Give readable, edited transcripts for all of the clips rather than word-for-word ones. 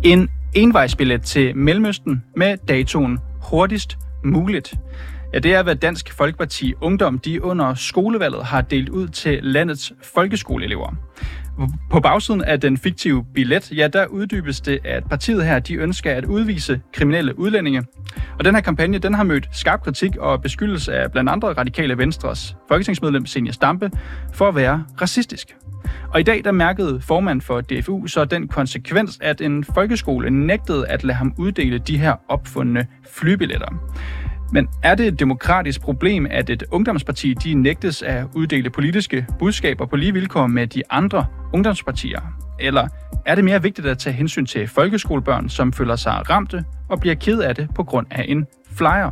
En envejsbillet til Mellemøsten med datoen hurtigst muligt. Ja, det er, hvad Dansk Folkeparti Ungdom de under skolevalget har delt ud til landets folkeskoleelever. På bagsiden af den fiktive billet, ja, der uddybes det, at partiet her, de ønsker at udvise kriminelle udlændinge. Og den her kampagne, den har mødt skarp kritik og beskyldes af blandt andre Radikale Venstres folketingsmedlem Zenia Stampe for at være racistisk. Og i dag, der mærkede formand for DFU så den konsekvens, at en folkeskole nægtede at lade ham uddele de her opfundne flybilletter. Men er det et demokratisk problem, at et ungdomsparti de nægtes at uddele politiske budskaber på lige vilkår med de andre ungdomspartier? Eller er det mere vigtigt at tage hensyn til folkeskolebørn, som føler sig ramte og bliver ked af det på grund af en flyer?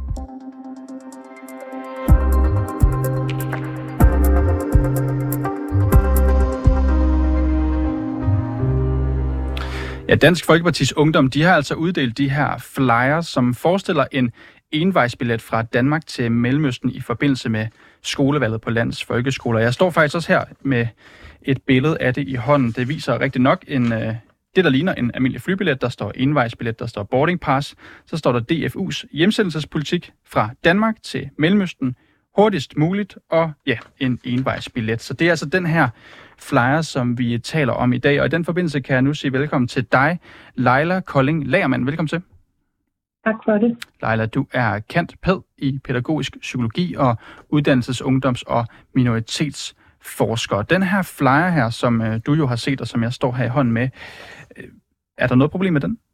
Ja, Dansk Folkepartis Ungdom, de har altså uddelt de her flyers, som forestiller en envejsbillet fra Danmark til Mellemøsten i forbindelse med skolevalget på landets folkeskoler. Jeg står faktisk også her med et billede af det i hånden. Det viser rigtig nok det, der ligner en almindelig flybillet. Der står envejsbillet, der står boarding pass. Så står der DFU's hjemsendelsespolitik fra Danmark til Mellemøsten hurtigst muligt, og ja, en envejsbillet. Så det er altså den her flyer, som vi taler om i dag. Og i den forbindelse kan jeg nu sige velkommen til dig, Leila Kolding Lagermann. Velkommen til. Tak for det. Leila, du er cand. pæd. i pædagogisk psykologi og uddannelses-, ungdoms- og minoritetsforsker. Den her flyer her, som du jo har set, og som jeg står her i hånden med, er der noget problem med den?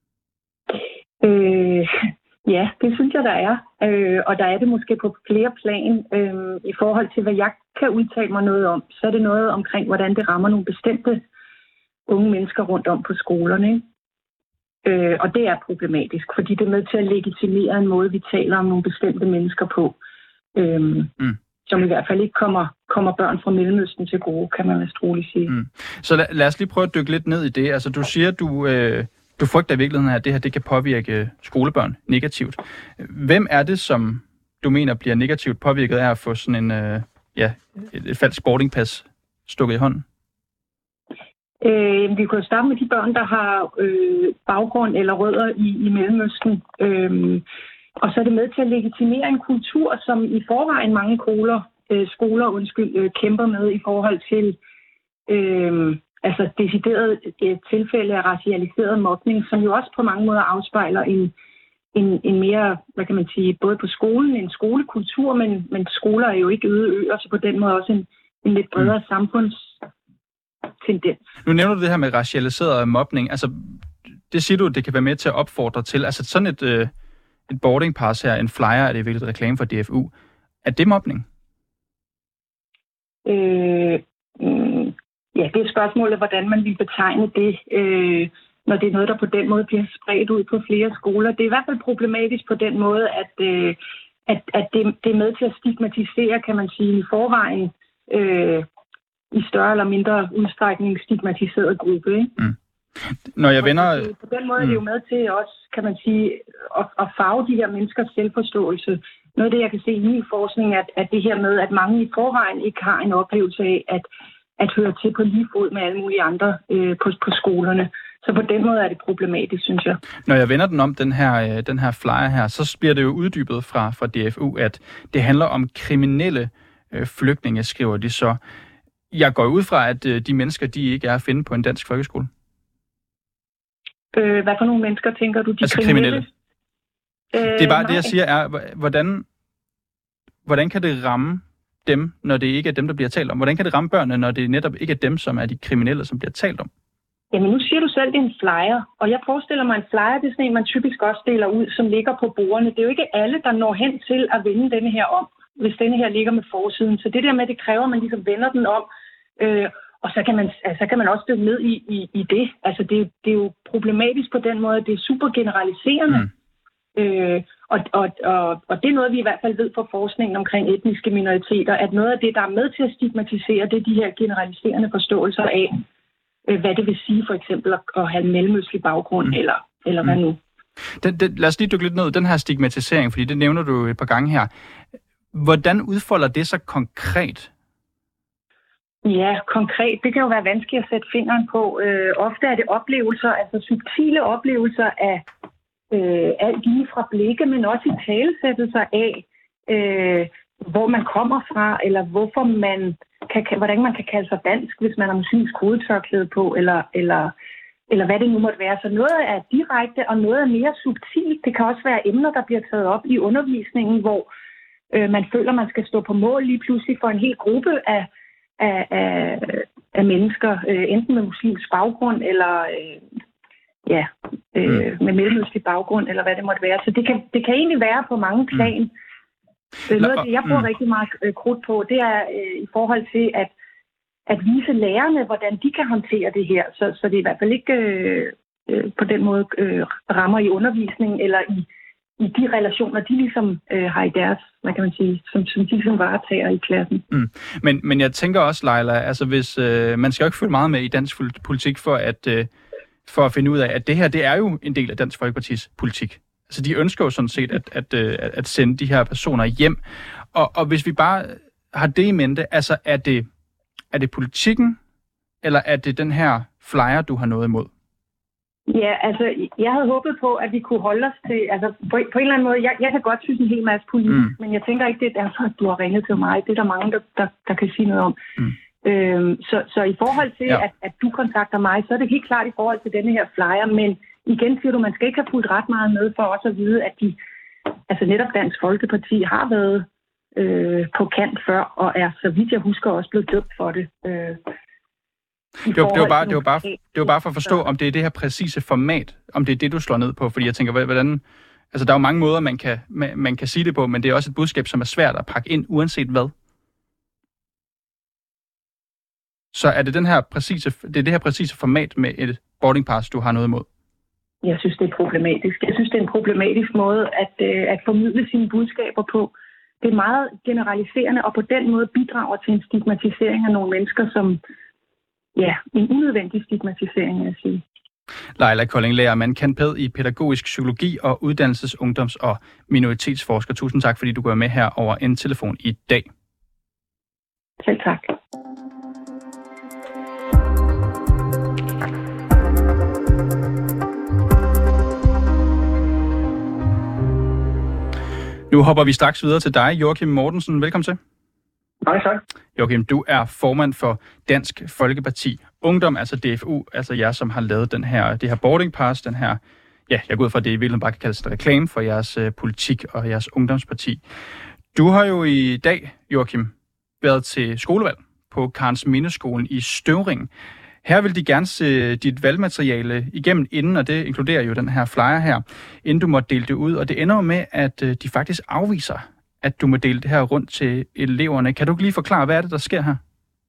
Ja, det synes jeg, der er. Og der er det måske på flere plan. I forhold til, hvad jeg kan udtale mig noget om, så er det noget omkring, hvordan det rammer nogle bestemte unge mennesker rundt om på skolerne, ikke? Og det er problematisk, fordi det er med til at legitimere en måde, vi taler om nogle bestemte mennesker på, som i hvert fald ikke kommer børn fra Mellemøsten til gode, kan man vist roligt sige. Så lad os lige prøve at dykke lidt ned i det. Altså, du siger, du frygter i virkeligheden, at det her det kan påvirke skolebørn negativt. Hvem er det, som du mener bliver negativt påvirket af at få sådan et falsk boardingpas stukket i hånden? Vi kan jo starte med de børn, der har baggrund eller rødder i Mellemøsten. Og så er det med til at legitimere en kultur, som i forvejen mange skoler kæmper med i forhold til decideret tilfælde af racialiseret mobning, som jo også på mange måder afspejler en mere, hvad kan man sige, både på skolen, en skolekultur, men skoler er jo ikke øde øer, så på den måde også en lidt bredere samfundstendens. Nu nævner du det her med racialiseret mobning. Altså, det siger du, det kan være med til at opfordre til. Altså sådan et boarding pass her, en flyer, er det virkelig reklame for DFU. Er det mobning? Ja, det er spørgsmålet, hvordan man vil betegne det, når det er noget, der på den måde bliver spredt ud på flere skoler. Det er i hvert fald problematisk på den måde, at det er med til at stigmatisere, kan man sige, i forvejen i større eller mindre udstrækning stigmatiseret gruppe, ikke? Når jeg vender... På den måde er det jo med til også, kan man sige, at farve de her menneskers selvforståelse. Noget af det, jeg kan se i min forskning, at det her med, at mange i forvejen ikke har en oplevelse af at høre til på lige fod med alle mulige andre på skolerne. Så på den måde er det problematisk, synes jeg. Når jeg vender den om, den her flyer her, så bliver det jo uddybet fra DFU, at det handler om kriminelle flygtninge, skriver de så. Jeg går ud fra, at de mennesker, de ikke er at finde på en dansk folkeskole. Hvad for nogle mennesker tænker du? De kriminelle? Det er bare det, jeg siger, er, hvordan kan det ramme dem, når det ikke er dem, der bliver talt om? Hvordan kan det ramme børnene, når det netop ikke er dem, som er de kriminelle, som bliver talt om? Jamen nu siger du selv, det er en flyer, og jeg forestiller mig, en flyer, det er sådan en, man typisk også deler ud, som ligger på bordene. Det er jo ikke alle, der når hen til at vende denne her om, hvis denne her ligger med forsiden. Så det der med, det kræver, at man ligesom vender den om, og så kan man også dykke ned i det. Altså det er jo problematisk på den måde, at det er super generaliserende. Og det er noget, vi i hvert fald ved fra forskningen omkring etniske minoriteter, at noget af det, der er med til at stigmatisere, det er de her generaliserende forståelser af, hvad det vil sige for eksempel at have en mellemøstlig baggrund, eller hvad nu. Lad os lige dykke lidt ned i den her stigmatisering, fordi det nævner du et par gange her. Hvordan udfolder det sig konkret? Ja, konkret. Det kan jo være vanskeligt at sætte fingeren på. Ofte er det oplevelser, altså subtile oplevelser af alt lige fra blikke, men også i talesættelser af, hvor man kommer fra, eller hvorfor hvordan man kan kalde sig dansk, hvis man har muslimsk hovedtørklæde på, eller hvad det nu måtte være. Så noget er direkte, og noget er mere subtilt. Det kan også være emner, der bliver taget op i undervisningen, hvor man føler, man skal stå på mål lige pludselig for en hel gruppe af mennesker, enten med muslimsk baggrund, eller med mellemøstlig baggrund, eller hvad det måtte være. Så det kan egentlig være på mange plan. Noget af det, jeg bruger rigtig meget krudt på, det er i forhold til at vise lærerne, hvordan de kan håndtere det her. Så det er i hvert fald ikke på den måde rammer i undervisningen, eller i de relationer, de ligesom har i deres, hvad kan man sige, som de ligesom varetager i klassen. Men jeg tænker også, Leila, altså hvis man skal jo ikke følge meget med i dansk politik for at finde ud af, at det her, det er jo en del af Dansk Folkepartis politik. Altså de ønsker jo sådan set at sende de her personer hjem. Og hvis vi bare har det i mente, altså er det politikken, eller er det den her flyer, du har noget imod? Ja, altså, jeg havde håbet på, at vi kunne holde os til, altså på en eller anden måde, jeg kan godt synes en hel masse politisk, men jeg tænker ikke, det er derfor, at du har ringet til mig. Det er der mange, der kan sige noget om. Så i forhold til, at du kontakter mig, så er det helt klart i forhold til denne her flyer, men igen siger du, man skal ikke have fulgt ret meget med for også at vide, at altså netop Dansk Folkeparti har været på kant før, og er, så vidt jeg husker, også blevet dømt for det. Det var bare for at forstå, om det er det her præcise format, om det er det, du slår ned på, fordi jeg tænker, hvordan... Altså, der er jo mange måder, man kan sige det på, men det er også et budskab, som er svært at pakke ind, uanset hvad. Så er det det her præcise format med et boarding pass, du har noget imod? Jeg synes, det er problematisk. Jeg synes, det er en problematisk måde at formidle sine budskaber på. Det er meget generaliserende, og på den måde bidrager til en stigmatisering af nogle mennesker, som... Ja, en unødvendig stigmatisering, vil jeg sige. Leila Kolding, lærermand, cand.pæd i pædagogisk psykologi og uddannelses-, ungdoms- og minoritetsforsker. Tusind tak, fordi du går med her over en telefon i dag. Selv tak. Nu hopper vi straks videre til dig, Joachim Mortensen. Velkommen til. Nej, tak. Joachim, du er formand for Dansk Folkeparti Ungdom, altså DFU, altså jer, som har lavet det her boarding pass, den her, ja, jeg går ud fra, det i virkeligheden bare kan kaldes en reklame for jeres politik og jeres ungdomsparti. Du har jo i dag, Joachim, været til skolevalg på Karensmindeskolen i Støvring. Her vil de gerne se dit valgmateriale igennem inden, og det inkluderer jo den her flyer her, inden du måtte dele det ud, og det ender med, at de faktisk afviser, at du må dele det her rundt til eleverne. Kan du ikke lige forklare, hvad er det, der sker her?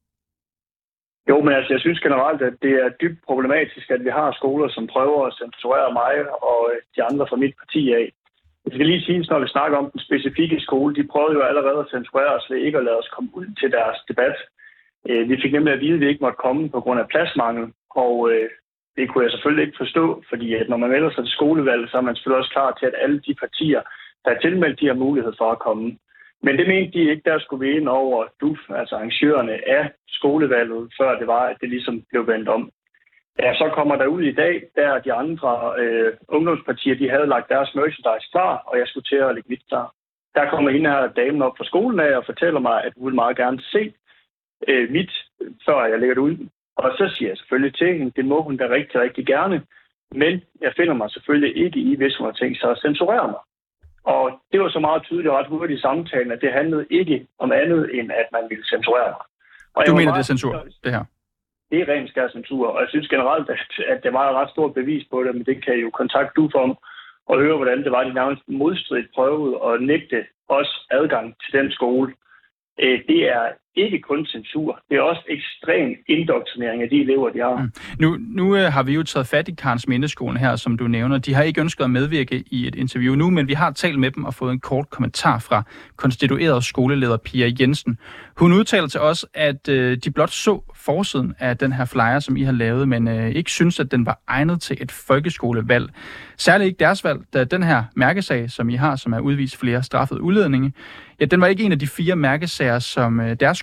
Jo, men altså, jeg synes generelt, at det er dybt problematisk, at vi har skoler, som prøver at censurere mig og de andre fra mit parti af. Jeg skal lige sige, når vi snakker om den specifikke skole, de prøvede jo allerede at censurere os ved ikke at lade os komme ud til deres debat. Vi fik nemlig at vide, at vi ikke måtte komme på grund af pladsmangel, og det kunne jeg selvfølgelig ikke forstå, fordi at når man melder sig til skolevalg, så er man selvfølgelig også klar til, at alle de partier, der er tilmeldt, de har mulighed for at komme. Men det mente de ikke, der skulle vi ind over DUF, altså arrangørerne af skolevalget, før det var, at det ligesom blev vendt om. Ja, så kommer der ud i dag, der de andre ungdomspartier, de havde lagt deres merchandise klar, og jeg skulle til at lægge mit klar. Der kommer hende her damen op fra skolen af og fortæller mig, at hun vil meget gerne se mit, før jeg lægger det ud. Og så siger jeg selvfølgelig til hende, det må hun da rigtig, rigtig gerne. Men jeg finder mig selvfølgelig ikke i, hvis hun har tænkt sig at censurere mig. Og det var så meget tydeligt og ret hurtigt i samtalen, at det handlede ikke om andet, end at man ville censurere mig. Og du mener, det er censur, det her? Det er ren skær censur, og jeg synes generelt, at det var et ret stort bevis på det, men det kan I jo kontakte DUF om og høre, hvordan det var, de nærmest modstridigt prøvede at nægte os adgang til den skole. Det er ikke kun censur, det er også ekstrem indoktrinering af de elever, de har. Nu har vi jo taget fat i Karensmindeskolen her, som du nævner. De har ikke ønsket at medvirke i et interview nu, men vi har talt med dem og fået en kort kommentar fra konstitueret skoleleder Pia Jensen. Hun udtaler til os, at de blot så forsiden af den her flyer, som I har lavet, men ikke synes, at den var egnet til et folkeskolevalg. Særligt ikke deres valg, da den her mærkesag, som I har, som er udvist flere straffede udlændinge, ja, den var ikke en af de 4 mærkesager, som deres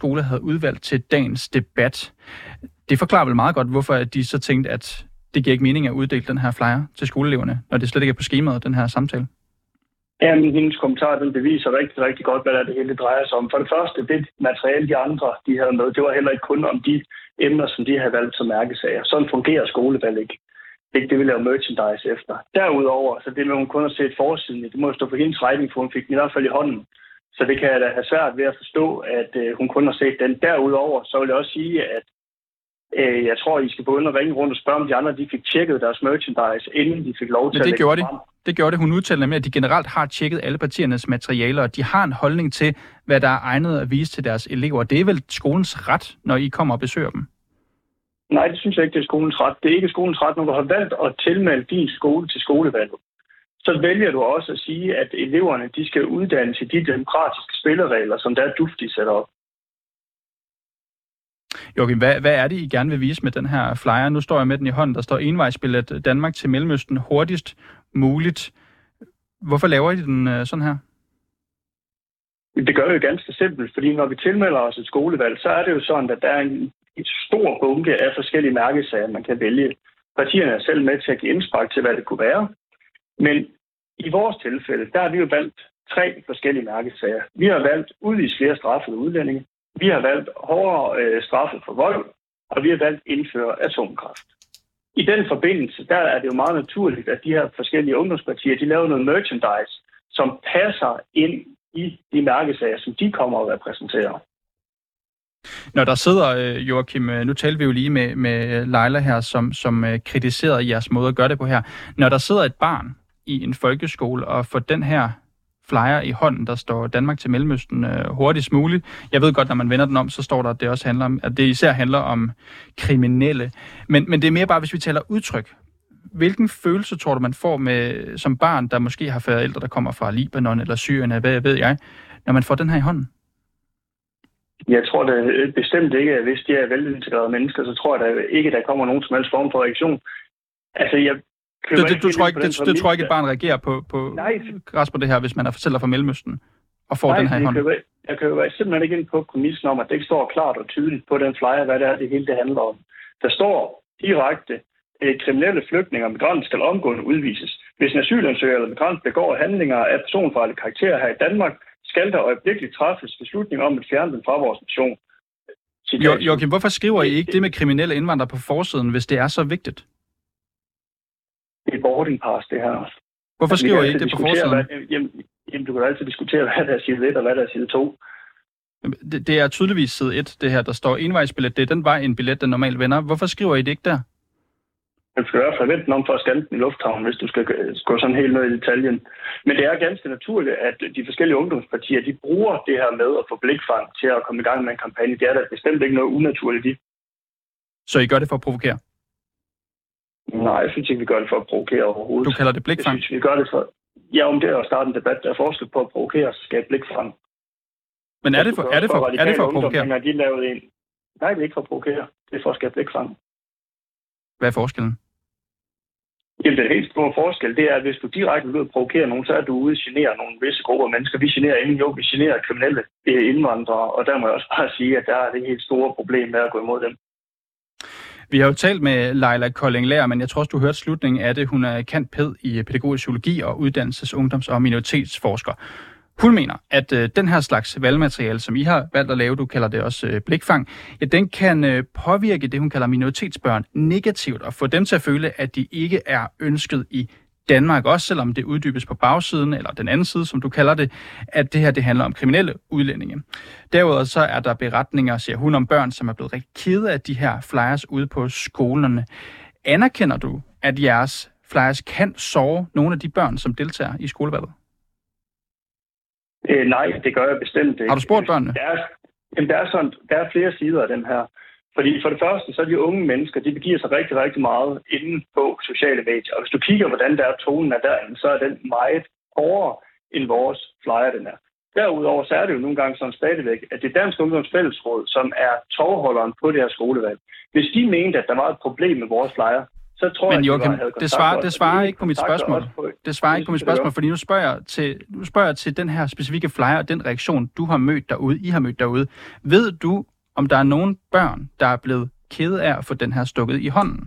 skole havde udvalgt til dagens debat. Det forklarer vel meget godt, hvorfor de så tænkte, at det giver ikke mening at uddele den her flyer til skoleeleverne, når det slet ikke er på skemaet, den her samtale. Ja, men hendes kommentar, den beviser rigtig, rigtig godt, hvad det hele drejer sig om. For det første, det materiale, de andre de havde med, det var heller ikke kun om de emner, som de havde valgt som mærkesager. Sådan fungerer skolevalg ikke. Det vil lave merchandise efter. Derudover, så det med, hun kun har set forsiden, det må jo stå på hendes regning, for hun fik den i hvert fald i hånden. Så det kan jeg da have svært ved at forstå, at hun kun har set den. Derudover, så vil jeg også sige, at jeg tror, I skal begynde at ringe rundt og spørge, om de andre de fik tjekket deres merchandise, inden de fik lov til at lægge det frem. Det gjorde det. Hun udtalte nemlig, at de generelt har tjekket alle partiernes materialer, og de har en holdning til, hvad der er egnet at vise til deres elever. Det er vel skolens ret, når I kommer og besøger dem? Nej, det synes jeg ikke, det er skolens ret. Det er ikke skolens ret, når du har valgt at tilmelde din skole til skolevalget. Så vælger du også at sige, at eleverne de skal uddannes i de demokratiske spilleregler, som der er duftigt sat op. Joachim, hvad er det, I gerne vil vise med den her flyer? Nu står jeg med den i hånden. Der står envejsbillet Danmark til Mellemøsten hurtigst muligt. Hvorfor laver I den sådan her? Det gør det jo ganske simpelt, fordi når vi tilmelder os et skolevalg, så er det jo sådan, at der er en stor bunke af forskellige mærkesager, man kan vælge. Partierne er selv med til at give indspark til, hvad det kunne være. Men i vores tilfælde, der har vi jo valgt 3 forskellige mærkesager. Vi har valgt udvise flere straffede udlændinge. Vi har valgt hårdere straffe for vold, og vi har valgt indføre atomkraft. I den forbindelse, der er det jo meget naturligt, at de her forskellige ungdomspartier, de laver noget merchandise, som passer ind i de mærkesager, som de kommer og repræsenterer. Når der sidder, Joachim, nu talte vi jo lige med Leila her, som kritiserede jeres måde at gøre det på her. Når der sidder et barn i en folkeskole og får den her flyer i hånden, der står Danmark til Mellemøsten hurtigst muligt. Jeg ved godt, når man vender den om, så står der, at det også handler om, at det især handler om kriminelle. Men det er mere bare, hvis vi taler udtryk. Hvilken følelse tror du, man får med som barn, der måske har forældre, der kommer fra Libanon eller Syrien, hvad ved jeg, når man får den her i hånden? Jeg tror det bestemt ikke, at hvis de er velintegrerede mennesker, så tror jeg da ikke, der kommer nogen som helst form for reaktion. Altså, du tror ikke, at barn reagerer på græs på det her, hvis man er fortæller fra Mellemøsten og får den her i hånden? Jeg kan jo simpelthen ikke ind på præmissen om, at det ikke står klart og tydeligt på den flyer, hvad det er, det hele det handler om. Der står direkte, kriminelle flygtninge og migranter skal omgående udvises. Hvis en asylansøger eller migrant begår handlinger af personfarlig karakter her i Danmark, skal der øjeblikkeligt træffes beslutning om at fjerne den fra vores nation. Joachim, hvorfor skriver I ikke det med kriminelle indvandrere på forsiden, hvis det er så vigtigt? Det er boarding pass, det her. Hvorfor skriver I ikke det på forsiden? Jamen, du kan altid diskutere, hvad der er side 1 og hvad der er side 2. Det er tydeligvis side 1, det her, der står envejsbillet. Det er den vej en billet, den normalt vender. Hvorfor skriver I det ikke der? Du skal i hvert fald vente om for at scanne den i lufthavnen, hvis du skal gå sådan helt ned i detaljen. Men det er ganske naturligt, at de forskellige ungdomspartier, de bruger det her med at få blikfang til at komme i gang med en kampagne. Det er der bestemt ikke noget unaturligt i. Så I gør det for at provokere? Nej, jeg synes ikke, vi gør det for at provokere overhovedet. Du kalder det blikfang? Jeg synes, vi gør det for... Ja, om det er at starte en debat, der er forskel på at provokere og skabe blikfang. Men er det for at provokere? Nej, det er ikke for at provokere. Det er for at skabe blikfang. Hvad er forskellen? Jamen, den helt store forskel, det er, at hvis du direkte vil provokere nogen, så er du ude at genere nogle visse grupper af mennesker. Vi generer ingen, jo, vi generer kriminelle indvandrere, og der må jeg også bare sige, at der er det helt store problem med at gå imod dem. Vi har jo talt med Leila Kolding-Lager, men jeg tror også, du hørte slutningen af det. Hun er cand.pæd i pædagogisk psykologi og uddannelses-, ungdoms- og minoritetsforsker. Hun mener, at den her slags valgmateriale, som I har valgt at lave, du kalder det også blikfang, ja, den kan påvirke det, hun kalder minoritetsbørn negativt, og få dem til at føle, at de ikke er ønsket i Danmark, også selvom det uddybes på bagsiden, eller den anden side, som du kalder det, at det her det handler om kriminelle udlændinge. Derudover så er der beretninger, siger hun, om børn, som er blevet rigtig kede af de her flyers ude på skolerne. Anerkender du, at jeres flyers kan såre nogle af de børn, som deltager i skolevalget? Nej, det gør jeg bestemt ikke. Har du spurgt børnene? Der er flere sider af den her. Fordi for det første, så er de unge mennesker, de begiver sig rigtig, rigtig meget inde på sociale medier. Og hvis du kigger, hvordan der er tonen af derinde, så er den meget hårdere end vores flyer, den er. Derudover, så er det jo nogle gange sådan stadigvæk, at det Dansk Ungdomsfællesråd, som er tovholderen på det her skolevalg, hvis de mente, at der var et problem med vores flyer, så tror men jeg, Joachim, det svarer ikke på mit spørgsmål. Det svarer ikke på mit spørgsmål, fordi nu spørger jeg til den her specifikke flyer og den reaktion, I har mødt derude. Ved du, om der er nogen børn, der er blevet kede af at få den her stukket i hånden?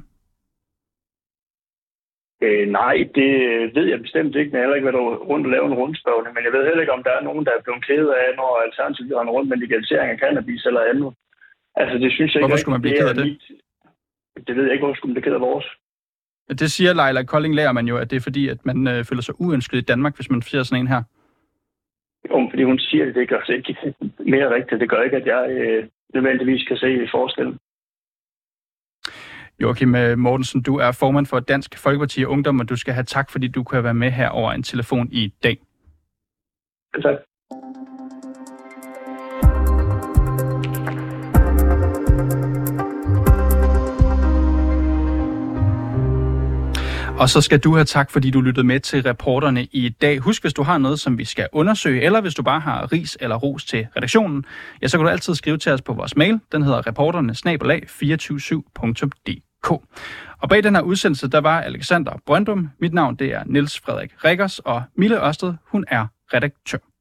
Nej, det ved jeg bestemt ikke. Jeg har heller ikke været rundt og lavet en rundspørgning, men jeg ved heller ikke, om der er nogen, der er blevet kede af, når Alternativet render rundt med legalisering af cannabis eller andet. Altså, det synes jeg ikke. Hvorfor skulle man blive ked af det? Det ved jeg ikke, hvorfor skulle man blive ked af vores. Det siger Leila Kolding, lærer man jo, at det er fordi, at man føler sig uønsket i Danmark, hvis man ser sådan en her. Jo, fordi hun siger, at det gør sig ikke mere rigtigt. Det gør ikke, at jeg nødvendigvis kan se forskellen. Joachim Mortensen, du er formand for Dansk Folkeparti og Ungdom, og du skal have tak, fordi du kan være med her over en telefon i dag. Tak. Og så skal du have tak, fordi du lyttede med til reporterne i dag. Husk, hvis du har noget, som vi skal undersøge, eller hvis du bare har ris eller ros til redaktionen, ja, så kan du altid skrive til os på vores mail. Den hedder reporterne@247.dk. Og bag den her udsendelse, der var Alexander Brøndum. Mit navn, det er Niels Frederik Rikkers, og Mille Ørsted, hun er redaktør.